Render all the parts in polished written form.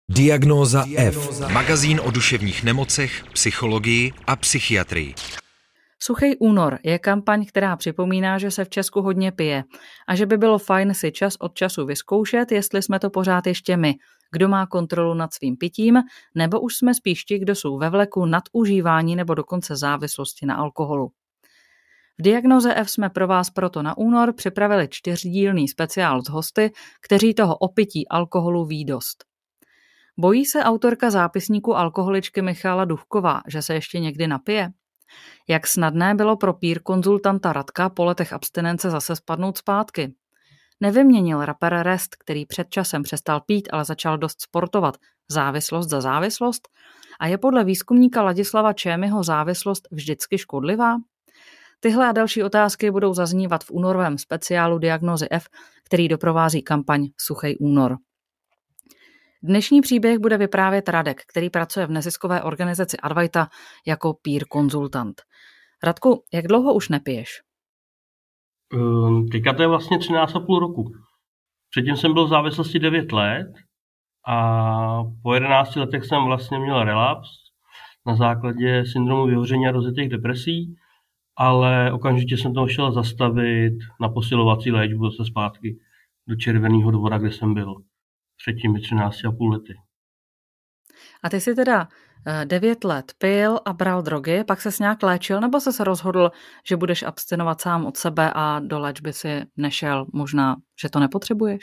Diagnóza F. Magazín o duševních nemocech, psychologii a psychiatrii. Suchý únor je kampaň, která připomíná, že se v Česku hodně pije a že by bylo fajn si čas od času vyzkoušet, jestli jsme to pořád ještě my, kdo má kontrolu nad svým pitím, nebo už jsme spíš ti, kdo jsou ve vleku nadužívání nebo dokonce závislosti na alkoholu. V Diagnóze F jsme pro vás proto na únor připravili 4dílný speciál s hosty, kteří toho o pití alkoholu ví dost. Bojí se autorka zápisníku alkoholičky Michala Duchková, že se ještě někdy napije? Jak snadné bylo pro peer konzultanta Radka po letech abstinence zase spadnout zpátky? Nevyměnil rapper Rest, který před časem přestal pít, ale začal dost sportovat, závislost za závislost? A je podle výzkumníka Ladislava Čémyho závislost vždycky škodlivá? Tyhle a další otázky budou zaznívat v únorovém speciálu Diagnózy F, který doprovází kampaň Suchý únor. Dnešní příběh bude vyprávět Radek, který pracuje v neziskové organizaci Advaita jako peer konzultant. Radku, jak dlouho už nepiješ? Teďka to je vlastně 13,5 roku. Předtím jsem byl v závislosti 9 let a po 11 letech jsem vlastně měl relaps na základě syndromu vyhoření a rozjetých depresí, ale okamžitě jsem to šel zastavit na posilovací léčbu zase zpátky do Červeného Dvora, kde jsem byl před těmi 13,5 lety. A ty jsi teda 9 let pil a bral drogy, pak ses nějak léčil, nebo jsi se rozhodl, že budeš abstinovat sám od sebe a do léčby si nešel? Možná, že to nepotřebuješ?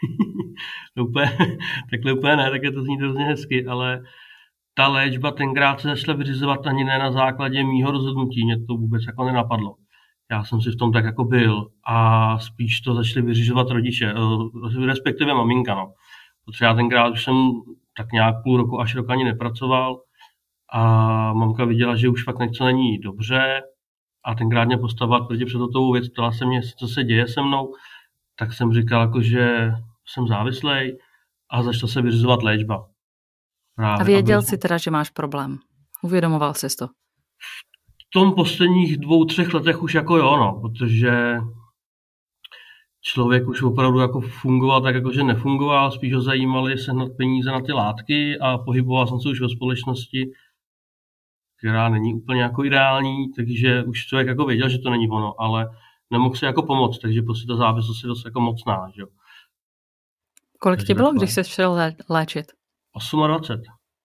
Takhle úplně ne, tak je to zní hrozně hezky, ale ta léčba tenkrát se začala vyřizovat ani ne na základě mýho rozhodnutí, mě to vůbec jako nenapadlo. Já jsem si v tom tak jako byl a spíš to začali vyřizovat rodiče, respektive maminka. No. Protože já tenkrát už jsem tak nějak půl roku až rok ani nepracoval a mamka viděla, že už fakt něco není dobře a tenkrát mě postavila tvrdě před hotovou věc, ptala se mě, co se děje se mnou, tak jsem říkal, jako, že jsem závislej a začala se vyřizovat léčba. Právě, a věděl jsi teda, že máš problém? Uvědomoval jsi to? V tom posledních 2-3 letech už jako jo, no, protože člověk už opravdu jako fungoval tak, jako že nefungoval, spíš ho zajímaly sehnat peníze na ty látky a pohyboval jsem se už ve společnosti, která není úplně jako ideální, takže už člověk jako věděl, že to není ono, ale nemohl si jako pomoct, takže prostě ta závislost je dost jako mocná, že jo. Kolik ti bylo, když jsi šel léčit? 28.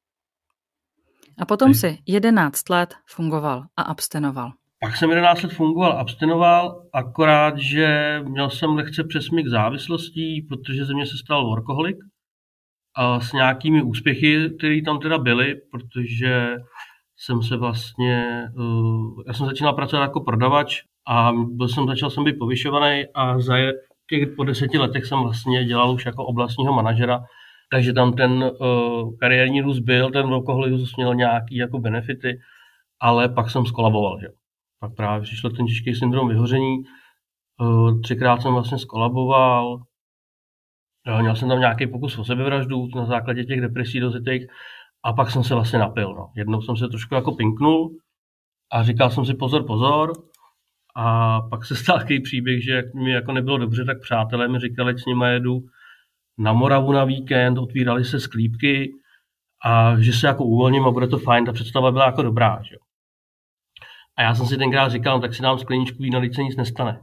A potom si 11 let fungoval a abstinoval. Pak jsem 11 let fungoval, abstinoval, akorát, že měl jsem lehce přesmyk závislostí, protože ze mě se stal workoholik a s nějakými úspěchy, které tam teda byly, protože jsem se vlastně, já jsem začínal pracovat jako prodavač a začal jsem být povyšovaný a za těch po 10 letech jsem vlastně dělal už jako oblastního manažera, takže tam ten kariérní růst byl, ten workoholismus měl nějaký jako benefity, ale pak jsem skolaboval, že? Pak právě přišel ten těžký syndrom vyhoření, 3krát jsem vlastně skolaboval, měl jsem tam nějaký pokus o sebevraždu na základě těch depresí rozjetých a pak jsem se vlastně napil. No. Jednou jsem se trošku jako pinknul a říkal jsem si pozor a pak se stal takový příběh, že jak mi jako nebylo dobře, tak přátelé mi říkali, ať s nima jedu na Moravu na víkend, otvírali se sklípky a že se jako uvolním a bude to fajn, ta představa byla jako dobrá. Že? A já jsem si tenkrát říkal, tak si dám skleničku vína, když se nic nestane.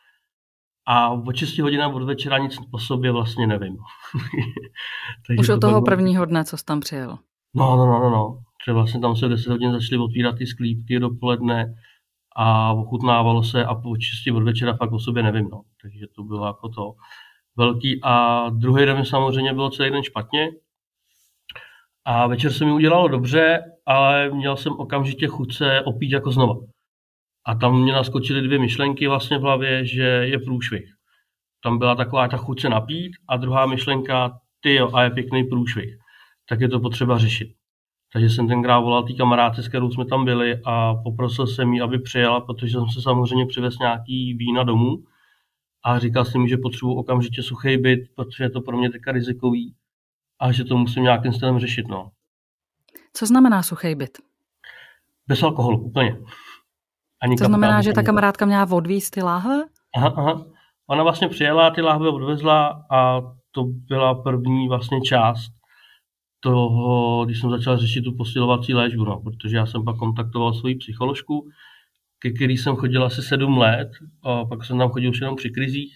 A o 6 hodinách od večera nic o sobě vlastně nevím. Už od toho prvního dne, co jsi tam přijel. No. Třeba vlastně tam se v 10 hodin začaly otvírat ty sklípky dopoledne a ochutnávalo se a po 6 od večera fakt o sobě nevím. No. Takže to bylo jako to velký. A druhý den mi samozřejmě bylo celý den špatně. A večer se mi udělalo dobře, ale měl jsem okamžitě chuť se opít jako znova. A tam mě naskočily 2 myšlenky vlastně v hlavě, že je průšvih. Tam byla taková ta chuť se napít a druhá myšlenka, a je pěkný průšvih. Tak je to potřeba řešit. Takže jsem tenkrát volal té kamarádce, s kterou jsme tam byli a poprosil jsem jí, aby přijela, protože jsem se samozřejmě přivez nějaký vína domů a říkal jsem jí, že potřebuji okamžitě suchý byt, protože je to pro mě teďka rizikový a že to musím nějakým stylem řešit. No. Co znamená suchý byt? Bez alkoholu, úplně. To znamená, že ta kamarádka měla odvízt ty láhve? Aha. Ona vlastně přijela, ty láhve odvezla a to byla první vlastně část toho, když jsem začal řešit tu posilovací léčbu, no, protože já jsem pak kontaktoval svoji psycholožku, ke který jsem chodil asi 7 let, a pak jsem tam chodil už jenom při krizích.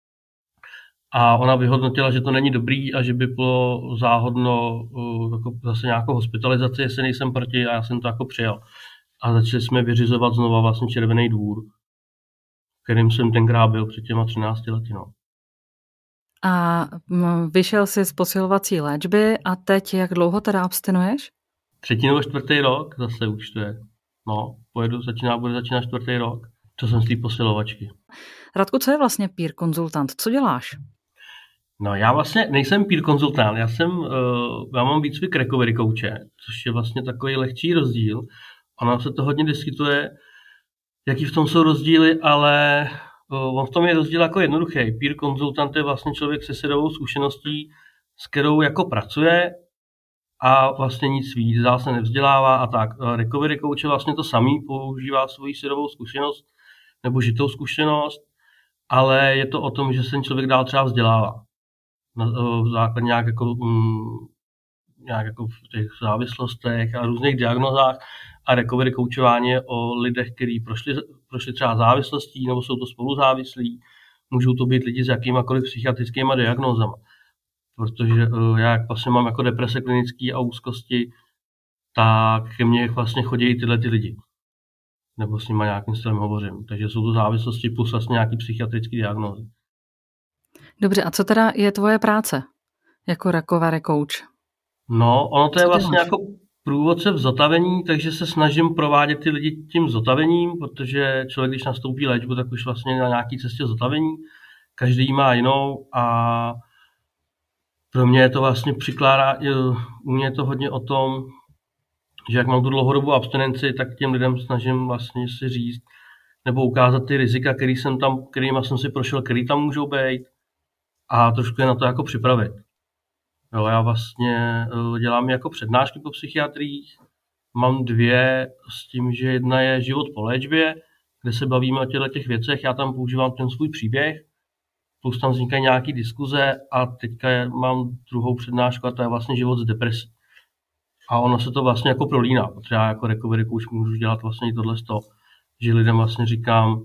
A ona vyhodnotila, že to není dobrý a že by bylo záhodno jako zase nějakou hospitalizaci, jestli nejsem proti, a já jsem to jako přijal. A začali jsme vyřizovat znova vlastně Červený dvůr, kterým jsem tenkrát byl před těma 13 lety. No. A vyšel jsi z posilovací léčby a teď jak dlouho teda abstinuješ? 3. nebo 4. rok zase už to je. No, bude začínat 4. rok, co jsem z té posilovačky. Radku, co je vlastně peer konzultant? Co děláš? No, já vlastně nejsem peer konzultant, já mám výcvik recovery coache, což je vlastně takový lehčí rozdíl. Ono se to hodně diskutuje, jaký v tom jsou rozdíly, ale on v tom je rozdíl jako jednoduchý. Peer konzultant je vlastně člověk se sedovou zkušeností, s kterou jako pracuje a vlastně nic víc, dál se nevzdělává a tak. Recovery coach je vlastně to samý, používá svoji sedovou zkušenost nebo žitou zkušenost, ale je to o tom, že se ten člověk dál třeba vzdělává. V základě nějak jako v těch závislostech a různých diagnózách, a recovery coachování je o lidech, kteří prošli třeba závislostí nebo jsou to spoluzávislí. Můžou to být lidi s jakýmakoliv psychiatrickými diagnózama. Protože já jak vlastně mám jako deprese klinické a úzkosti, tak ke mně vlastně chodí tyhle ty lidi. Nebo s nimi nějakým stylem hovořím. Takže jsou to závislosti plus vlastně nějaký psychiatrické diagnózy. Dobře, a co teda je tvoje práce jako recovery coach? No, ono to je vlastně jako průvodce v zotavení, takže se snažím provádět ty lidi tím zotavením, protože člověk, když nastoupí léčbu, tak už vlastně na nějaký cestě zotavení. Každý má jinou a pro mě je to vlastně u mě je to hodně o tom, že jak mám tu dlouhodobou abstinenci, tak těm lidem snažím vlastně si říct nebo ukázat ty rizika, kterýma jsem si prošel, který tam můžou být, a trošku je na to jako připravit. Jo, já vlastně dělám jako přednášky po psychiatriích. Mám 2 s tím, že jedna je život po léčbě, kde se bavíme o těch věcech. Já tam používám ten svůj příběh, plus tam vznikají nějaké diskuze, a teďka mám druhou přednášku a to je vlastně život s depresí. A ono se to vlastně jako prolíná, protože já jako recovery coach můžu dělat vlastně i tohle z toho, že lidem vlastně říkám,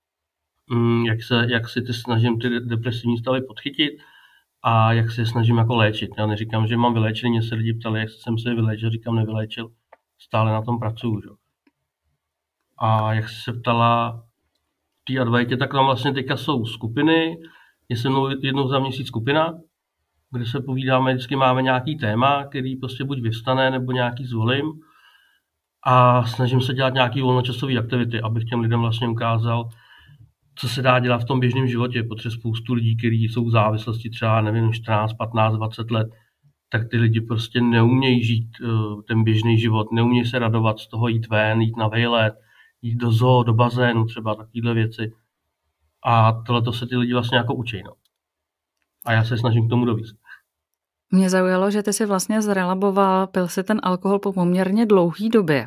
jak si snažím ty depresivní stavy podchytit a jak se snažím jako léčit. Já neříkám, že mám vyléčený, mě se lidi ptali, jak jsem se vyléčil, říkám nevyléčil, stále na tom pracuju. Že? A jak jsi se ptala v té advaitě, tak tam vlastně teďka jsou skupiny, je se mnou jednou za měsíc skupina, kde se povídáme, vždycky máme nějaký téma, který prostě buď vyvstane, nebo nějaký zvolím, a snažím se dělat nějaký volnočasové aktivity, abych těm lidem vlastně ukázal, co se dá dělat v tom běžném životě, protože spoustu lidí, kteří jsou v závislosti třeba, nevím, 14, 15, 20 let, tak ty lidi prostě neumějí žít ten běžný život, neumějí se radovat z toho, jít ven, jít na vejlet, jít do zoo, do bazénu, třeba takovéhle věci. A tohleto se ty lidi vlastně jako učí. No. A já se snažím k tomu dovíst. Mě zaujalo, že ty si vlastně zrelaboval, pil si ten alkohol po poměrně dlouhé době.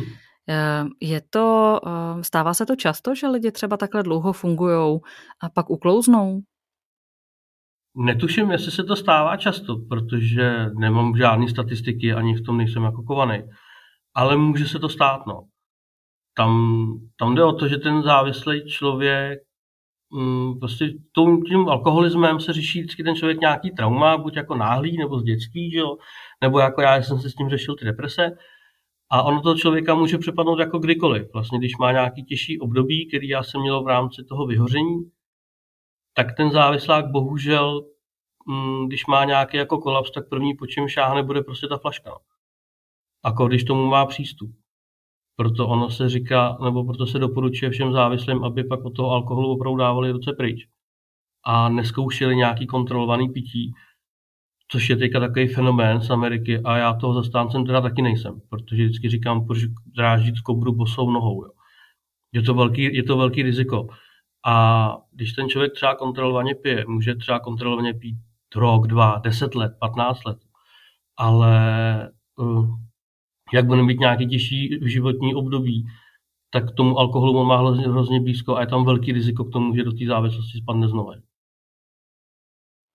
Stává se to často, že lidi třeba takhle dlouho fungujou a pak uklouznou? Netuším, jestli se to stává často, protože nemám žádné statistiky, ani v tom nejsem jako kovaný. Ale může se to stát, no. Tam jde o to, že ten závislý člověk prostě tím alkoholismem se řeší vždycky ten člověk nějaký trauma, buď jako náhlý, nebo z dětství, že jo? Nebo jako já jsem se s tím řešil ty deprese. A ono toho člověka může přepadnout jako kdykoliv. Vlastně když má nějaký těžší období, který já jsem měl v rámci toho vyhoření, tak ten závislák bohužel, když má nějaký jako kolaps, tak první po čem šáhne bude prostě ta flaška. Jako když tomu má přístup. Proto ono se říká, nebo proto se doporučuje všem závislým, aby pak od toho alkoholu opravdu dávali ruce pryč. A neskoušeli nějaký kontrolovaný pití, což je teďka takový fenomén z Ameriky, a já toho zastáncem teda taky nejsem, protože vždycky říkám, proč dráždit kobru bosou nohou. Jo. Je to velký riziko. A když ten člověk třeba kontrolovaně pije, může třeba kontrolovaně pít rok, 2, 10 let, 15 let, ale jak bude mít nějaký těžší životní období, tak k tomu alkoholu on má hrozně blízko a je tam velký riziko k tomu, že do té závislosti spadne znovu.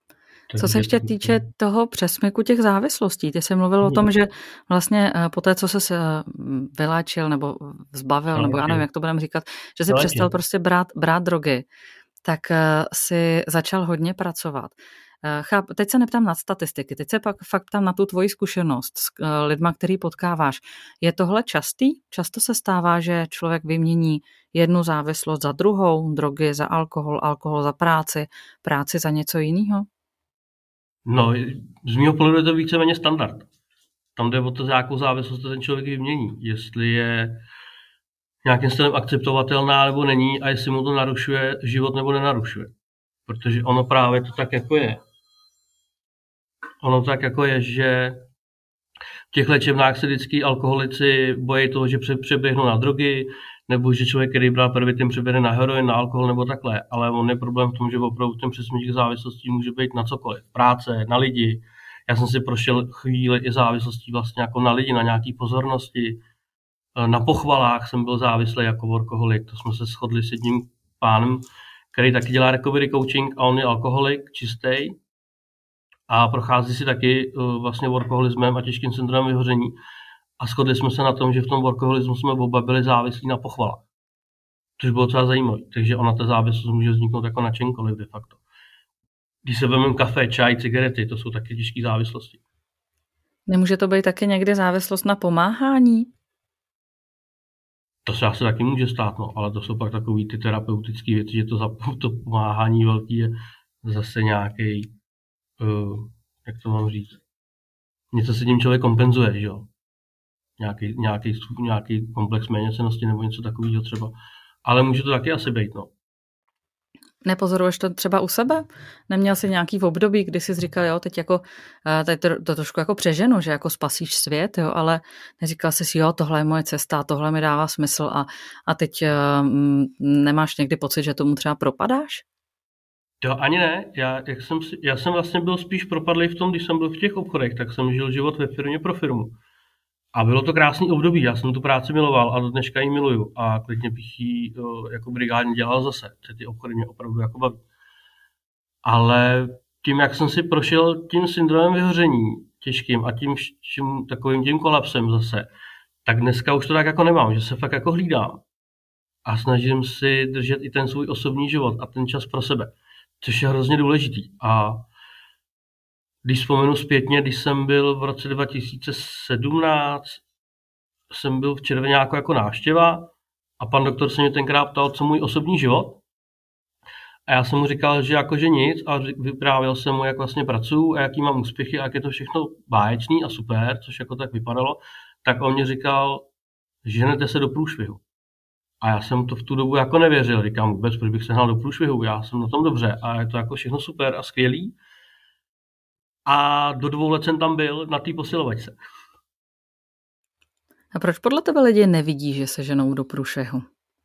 Co se ještě týče toho přesmyku těch závislostí, ty jsi mluvil o tom, že vlastně po té, co jsi vyléčil nebo zbavil, nebo já nevím, jak to budeme říkat, že jsi přestal prostě brát drogy, tak si začal hodně pracovat. Teď se neptám na statistiky, teď se pak fakt ptám na tu tvoji zkušenost s lidma, který potkáváš. Je tohle častý? Často se stává, že člověk vymění jednu závislost za druhou, drogy za alkohol, alkohol za práci za něco jiného? No, z mého pohledu je to víceméně standard. Tam jde o to, za jakou závislost ten člověk vymění. Jestli je nějakým stylem akceptovatelná nebo není a jestli mu to narušuje život nebo nenarušuje. Protože ono právě to tak jako je. Ono tak jako je, že v těch léčebnách se vždycky alkoholici bojí toho, že přeběhnou na drogy, nebo že člověk, který bral pervitin, přeběhne na heroin, na alkohol nebo takhle. Ale on je problém v tom, že opravdu ten přesmyk závislostí může být na cokoliv. Práce, na lidi. Já jsem si prošel chvíli i závislostí vlastně jako na lidi, na nějaký pozornosti. Na pochvalách jsem byl závislý jako workoholik. To jsme se shodli s jedním pánem, který taky dělá recovery coaching a on je alkoholik, čistý. A prochází si taky vlastně workoholismem a těžkým syndromem vyhoření. A shodli jsme se na tom, že v tom workoholismu jsme oba byli závislí na pochvalách. Což bylo docela zajímavé. Takže ona ta závislost může vzniknout jako na čemkoliv de facto. Když se vezmeme kafe, čaj, cigarety, to jsou taky těžké závislosti. Nemůže to být taky někdy závislost na pomáhání? To se asi taky může stát, no, ale to jsou pak takový ty terapeutické věci, že to pomáhání velký je zase nějaký, jak to mám říct, něco se tím člověk kompenzuje, že jo? Nějaký komplex méněcennosti nebo něco takového třeba. Ale může to taky asi být, no. Nepozoruješ to třeba u sebe? Neměl jsi nějaký v období, kdy jsi říkal, jo, teď to trošku jako přeženu, že jako spasíš svět, jo, ale neříkal jsi si, jo, tohle je moje cesta, tohle mi dává smysl a teď nemáš někdy pocit, že tomu třeba propadáš? To ani ne. Já jsem vlastně byl spíš propadlý v tom, když jsem byl v těch obchodech, tak jsem žil život ve firmě pro firmu. A bylo to krásný období, já jsem tu práci miloval a do dneška ji miluju a klidně bych ji jako brigádně dělal zase, ty obchody mě opravdu jako baví. Ale tím, jak jsem si prošel tím syndromem vyhoření těžkým a tím kolapsem zase, tak dneska už to tak jako nemám, že se fakt jako hlídám a snažím si držet i ten svůj osobní život a ten čas pro sebe, což je hrozně důležitý. A když vzpomenu zpětně, když jsem byl v roce 2017, jsem byl v Červeňáku jako návštěva a pan doktor se mě tenkrát ptal, co můj osobní život. A já jsem mu říkal, že jakože nic a vyprávěl jsem mu, jak vlastně pracuju a jaký mám úspěchy a jak je to všechno báječný a super, což jako tak vypadalo. Tak on mě říkal, ženete se do průšvihu. A já jsem to v tu dobu jako nevěřil. Říkám vůbec, proč bych se hnal do průšvihu, já jsem na tom dobře a je to jako všechno super a skvělý. A do 2 let jsem tam byl na té posilovačce. A proč podle tebe lidi nevidí, že se ženou do průšvihu?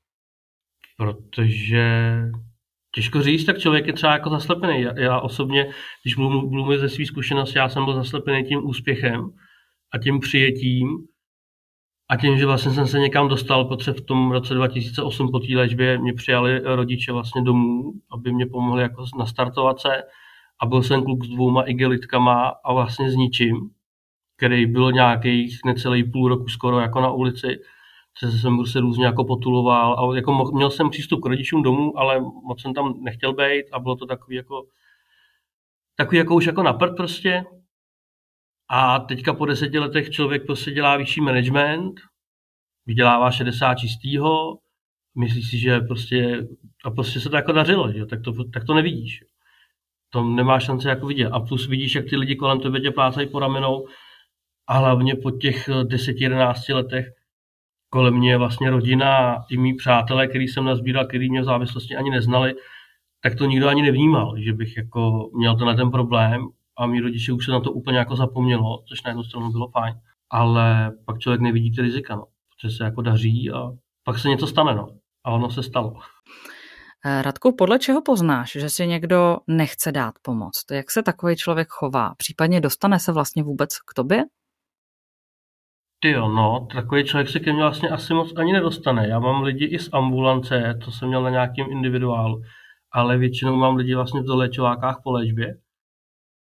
Protože těžko říct, tak člověk je třeba jako zaslepený. Já osobně, když mluvím ze své zkušenosti, já jsem byl zaslepený tím úspěchem a tím přijetím a tím, že vlastně jsem se někam dostal, protože v tom roce 2008 po té léčbě mě přijali rodiče vlastně domů, aby mě pomohli jako nastartovat se. A byl jsem kluk s 2 igelitkama a vlastně s ničím, který byl nějakých necelý půl roku skoro jako na ulici. Jsem se různě jako potuloval a jako měl jsem přístup k rodičům domů, ale moc jsem tam nechtěl být a bylo to takový jako už jako na prd prostě. A teďka po 10 letech člověk prostě dělá vyšší management, vydělává 60 čistýho, myslí si, že prostě se to jako dařilo, že? Tak to nevidíš. To nemá šanci jako vidět. A plus vidíš, jak ty lidi kolem tebe tě plácají po ramenou a hlavně po těch 10-11 letech kolem mě vlastně rodina i mý přátelé, který jsem nazbíral, který mě v závislosti ani neznali, tak to nikdo ani nevnímal, že bych jako měl ten problém a mý rodiče už se na to úplně jako zapomnělo, což na jednu stranu bylo fajn. Ale pak člověk nevidí ty rizika, no, protože se jako daří a pak se něco stane, no. A ono se stalo. Radku, podle čeho poznáš, že si někdo nechce dát pomoc? Jak se takový člověk chová? Případně dostane se vlastně vůbec k tobě? Tyjo, no, takový člověk se ke mně vlastně asi moc ani nedostane. Já mám lidi i z ambulance, to jsem měl na nějakém individuálu, ale většinou mám lidi vlastně v doléčovákách po léčbě.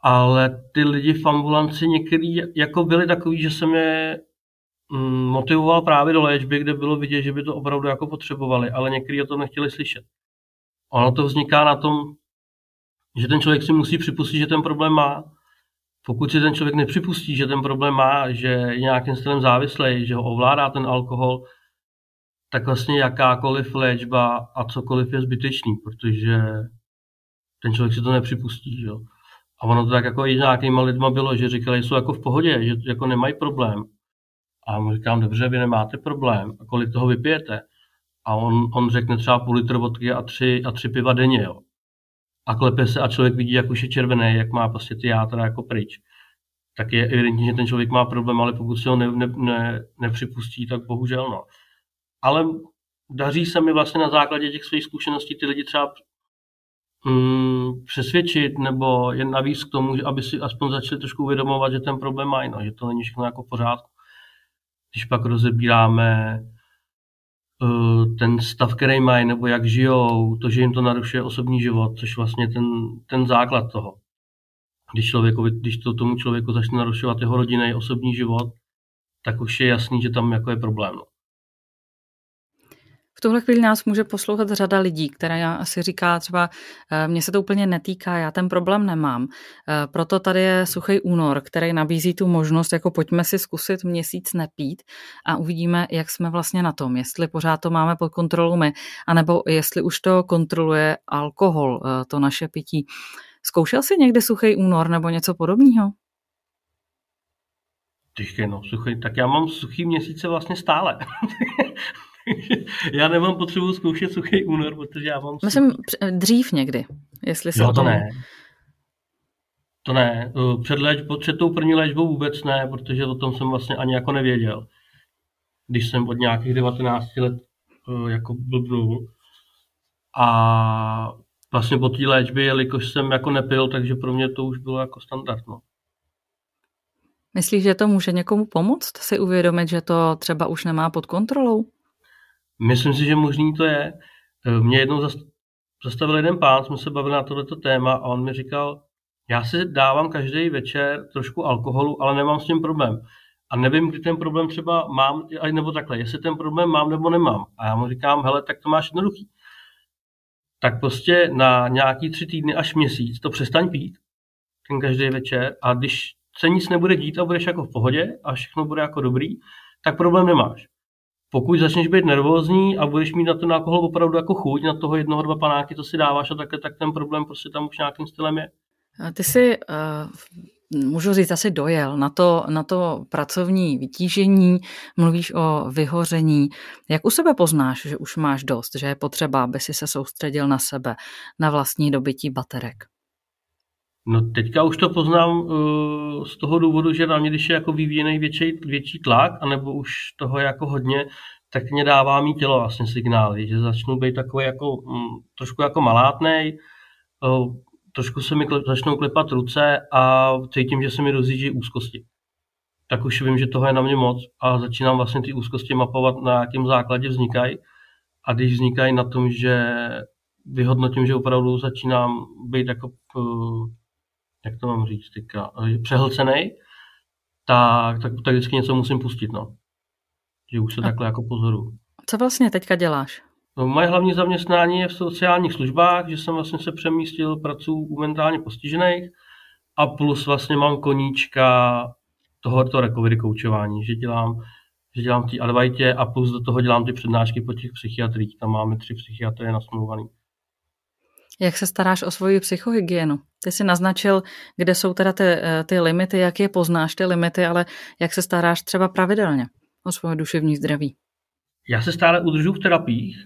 ale ty lidi v ambulanci některý jako byli takový, že jsem je motivoval právě do léčby, kde bylo vidět, že by to opravdu jako potřebovali, ale někteří o tom nechtěli slyšet. Ono to vzniká na tom, že ten člověk si musí připustit, že ten problém má. Pokud si ten člověk nepřipustí, že ten problém má, že je nějakým stylem závislý, že ho ovládá ten alkohol, tak vlastně jakákoliv léčba a cokoliv je zbytečný, protože ten člověk si to nepřipustí. Jo. A ono to tak jako i nějakýma lidma bylo, že říkali, že jsou jako v pohodě, že jako nemají problém. A mu říkám, dobře, vy nemáte problém, a kolik toho vypijete? A on řekne třeba půl litr vodky a tři piva denně, jo. A klepe se a člověk vidí, jak už je červený, jak má prostě ty játra jako pryč. Tak je evidentní, že ten člověk má problém, ale pokud si ho nepřipustí, tak bohužel no. Ale daří se mi vlastně na základě těch svých zkušeností ty lidi třeba přesvědčit nebo jen navíc k tomu, aby si aspoň začali trošku uvědomovat, že ten problém mají, no, že to není všechno jako v pořádku. Když pak rozebíráme ten stav, který mají, nebo jak žijou, to, že jim to narušuje osobní život, což vlastně ten základ toho. Když to tomu člověku začne narušovat jeho rodinný osobní život, tak už je jasný, že tam jako je problém. No. V tuhle chvíli nás může poslouchat řada lidí, která si říká třeba, mně se to úplně netýká, já ten problém nemám. Proto tady je Suchý únor, který nabízí tu možnost, jako pojďme si zkusit měsíc nepít a uvidíme, jak jsme vlastně na tom, jestli pořád to máme pod kontrolou my, anebo jestli už to kontroluje alkohol, to naše pití. Zkoušel jsi někdy Suchý únor nebo něco podobného? Suchý, tak já mám suchý měsíce vlastně stále. Já nemám potřebu zkoušet Suchý únor, protože já mám... Myslím dřív někdy, jestli se o tom... To ne. Před tou první léčbou vůbec ne, protože o tom jsem vlastně ani jako nevěděl. Když jsem od nějakých 19 let jako blbnul. A vlastně po té léčbě, jelikož jsem jako nepil, takže pro mě to už bylo jako standard. No. Myslíš, že to může někomu pomoct si uvědomit, že to třeba už nemá pod kontrolou? Myslím si, že možný to je. Mě jednou zastavil jeden pán, jsme se bavili na tohleto téma a on mi říkal, já si dávám každý večer trošku alkoholu, ale nemám s tím problém. A nevím, kdy ten problém třeba mám, nebo takhle, jestli ten problém mám nebo nemám. A já mu říkám, hele, tak to máš jednoduchý. Tak prostě na nějaký 3 týdny až měsíc to přestaň pít, ten každý večer, a když se nic nebude dít a budeš jako v pohodě a všechno bude jako dobrý, tak problém nemáš. Pokud začneš být nervózní a budeš mít na ten alkohol opravdu jako chuť, na toho 1-2 panáky, co si dáváš a takhle, tak ten problém prostě tam už nějakým stylem je. Ty si, můžu říct, asi dojel na to pracovní vytížení, mluvíš o vyhoření. Jak u sebe poznáš, že už máš dost, že je potřeba, aby si se soustředil na sebe, na vlastní dobytí baterek? No teďka už to poznám z toho důvodu, že na mě, když je jako vyvíjený větší tlak, anebo už toho je jako hodně, tak mě dává mý tělo vlastně signály, že začnu být takový jako trošku jako malátnej, trošku se mi začnou klepat ruce a cítím, že se mi rozjíždí úzkosti. Tak už vím, že toho je na mě moc a začínám vlastně ty úzkosti mapovat, na jakém základě vznikají. A když vznikají na tom, že vyhodnotím, že opravdu začínám být jako, jak to mám říct, přehlcenej, tak vždycky něco musím pustit, no. Že už se takhle jako pozoruju. Co vlastně teďka děláš? No, moje hlavní zaměstnání je v sociálních službách, že jsem vlastně se přemístil, pracuji u mentálně postižených a plus vlastně mám koníčka tohoto recovery koučování, že dělám ty advajtě a plus do toho dělám ty přednášky po těch psychiatriích. Tam máme 3 psychiatry nasmluvaný. Jak se staráš o svoji psychohygienu? Ty jsi naznačil, kde jsou teda ty limity, jak je poznáš ty limity, ale jak se staráš třeba pravidelně o svoje duševní zdraví? Já se stále udržuji v terapiích,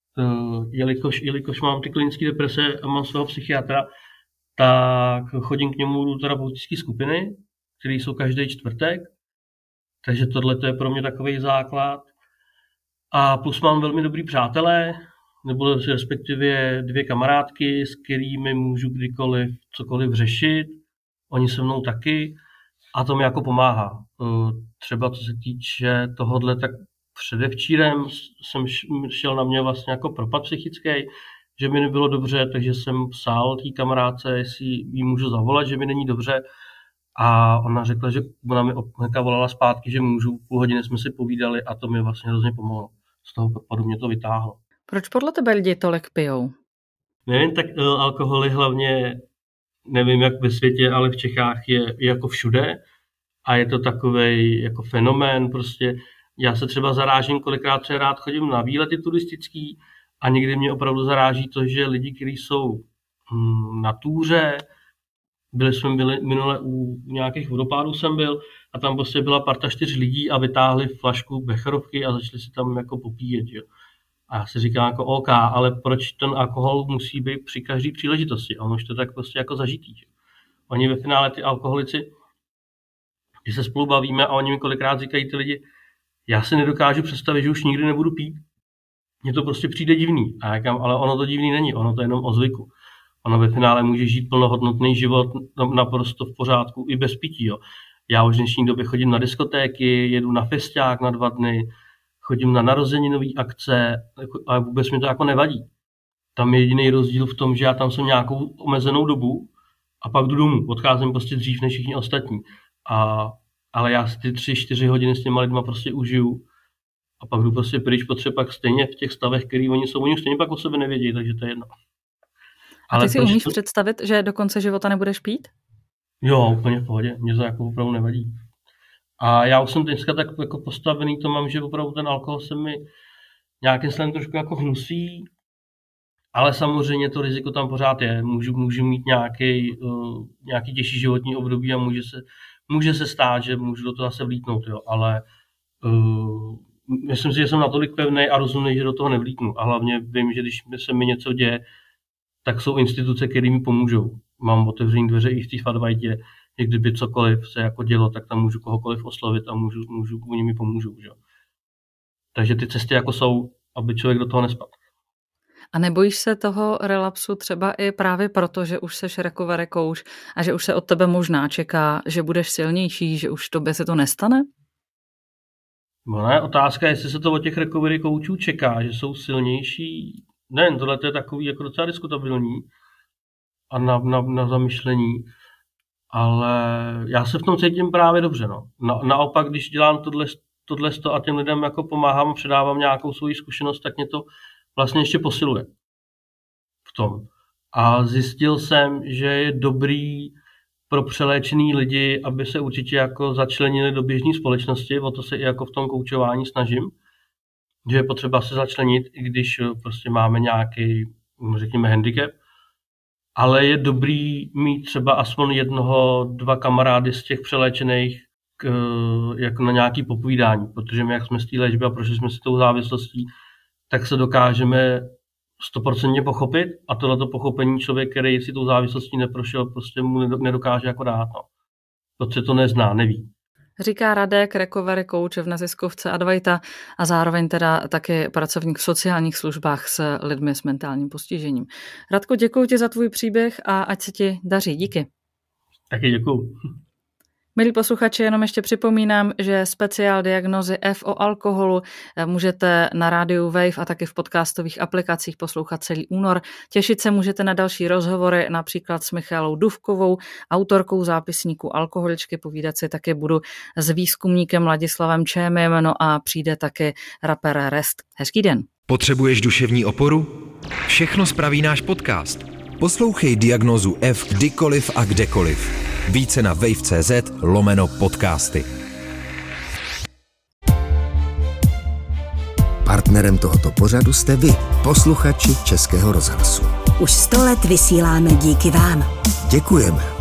jelikož mám ty klinické deprese a mám svého psychiatra, tak chodím k němu do terapeutické skupiny, které jsou každý čtvrtek, takže tohle je pro mě takový základ. A plus mám velmi dobrý přátelé, nebo respektive 2 kamarádky, s kterými můžu kdykoliv cokoliv řešit. Oni se mnou taky a to mi jako pomáhá. Třeba co se týče tohodle, tak předevčírem jsem šel na mě vlastně jako propad psychický, že mi nebylo dobře, takže jsem psal té kamarádce, jestli jí můžu zavolat, že mi není dobře. A ona řekla, že ona mi hnedka volala zpátky, že můžu, půl hodiny jsme si povídali a to mi vlastně hrozně pomohlo. Z toho propadu mě to vytáhlo. Proč podle tebe lidi tolik pijou? Nevím, tak alkoholy hlavně, nevím jak ve světě, ale v Čechách je jako všude a je to takovej jako fenomén prostě. Já se třeba zarážím, kolikrát třeba rád chodím na výlety turistický a někdy mě opravdu zaráží to, že lidi, kteří jsou na túře, byli minule u nějakých vodopádů jsem byl a tam prostě byla parta 4 lidí a vytáhli flašku becherovky a začali si tam jako popíjet. Jo. A já si říkám jako OK, ale proč ten alkohol musí být při každé příležitosti? A ono už to tak prostě jako zažitý. Jo. Oni ve finále ty alkoholici, když se spolu bavíme a oni mi kolikrát říkají ty lidi, já si nedokážu představit, že už nikdy nebudu pít. Mně to prostě přijde divný. A já říkám, ale ono to divný není, ono to je jenom o zvyku. Ono ve finále může žít plnohodnotný život naprosto v pořádku i bez pití. Jo. Já už v dnešní době chodím na diskotéky, jedu na festiák na 2 dny, chodím na narozeninové akce a vůbec mi to jako nevadí. Tam je jediný rozdíl v tom, že já tam jsem nějakou omezenou dobu a pak jdu domů. Odcházím prostě dřív než všichni ostatní. Ale já si ty 3-4 hodiny s těma lidma prostě užiju a pak jdu prostě pryč, protože pak stejně v těch stavech, který oni jsou, oni už stejně pak o sebe nevědí, takže to je jedno. A ty si umíš představit, že do konce života nebudeš pít? Jo, úplně v pohodě. Mě to jako opravdu nevadí. A já už jsem dneska tak jako postavený, to mám, že opravdu ten alkohol se mi nějakým stylem trošku jako hnusí, ale samozřejmě to riziko tam pořád je. Můžu mít nějaký těžší životní období a může se stát, že můžu do toho zase vlítnout, jo. Ale myslím si, že jsem natolik pevnej a rozumnej, že do toho nevlítnu. A hlavně vím, že když se mi něco děje, tak jsou instituce, které mi pomůžou. Mám otevřený dveře i v té Fadvajtě, že kdyby cokoliv se jako dělo, tak tam můžu kohokoliv oslovit a oni mi pomůžou. Že? Takže ty cesty jako jsou, aby člověk do toho nespadl. A nebojíš se toho relapsu třeba i právě proto, že už seš recovery coach a že už se od tebe možná čeká, že budeš silnější, že už tobě se to nestane? No ne, otázka je, jestli se to od těch recovery coachů čeká, že jsou silnější. Ne, tohle je takový jako docela diskutabilní a na zamyšlení, ale já se v tom cítím právě dobře. No. Naopak, když dělám tohle a těm lidem jako pomáhám, předávám nějakou svou zkušenost, tak mě to vlastně ještě posiluje v tom. A zjistil jsem, že je dobrý pro přeléčený lidi, aby se určitě jako začlenili do běžné společnosti, o to se i jako v tom koučování snažím, že je potřeba se začlenit, i když prostě máme nějaký, řekněme, handicap, ale je dobrý mít třeba aspoň 1-2 kamarády z těch přeléčených jako na nějaký popovídání, protože my, jak jsme z té léčby a prošli jsme si tou závislostí, tak se dokážeme 100% pochopit a tohleto pochopení člověk, který si tou závislostí neprošel, prostě mu nedokáže jako dát. No. Protože to nezná, neví. Říká Radek, recovery coach v neziskovce Advaita a zároveň teda taky pracovník v sociálních službách s lidmi s mentálním postižením. Radko, děkuji ti za tvůj příběh a ať se ti daří. Díky. Taky děkuji. Milí posluchači, jenom ještě připomínám, že speciál diagnózy F o alkoholu můžete na rádiu Wave a taky v podcastových aplikacích poslouchat celý únor. Těšit se můžete na další rozhovory, například s Michalou Dufkovou, autorkou zápisníku Alkoholičky. Povídat si taky budu s výzkumníkem Ladislavem Čémem, no a přijde taky rapper Rest. Hezký den. Potřebuješ duševní oporu? Všechno spraví náš podcast. Poslouchej diagnózu F kdykoliv a kdekoliv. Více na wave.cz/podcasty. Partnerem tohoto pořadu jste vy, posluchači Českého rozhlasu. Už 100 let vysíláme díky vám. Děkujeme.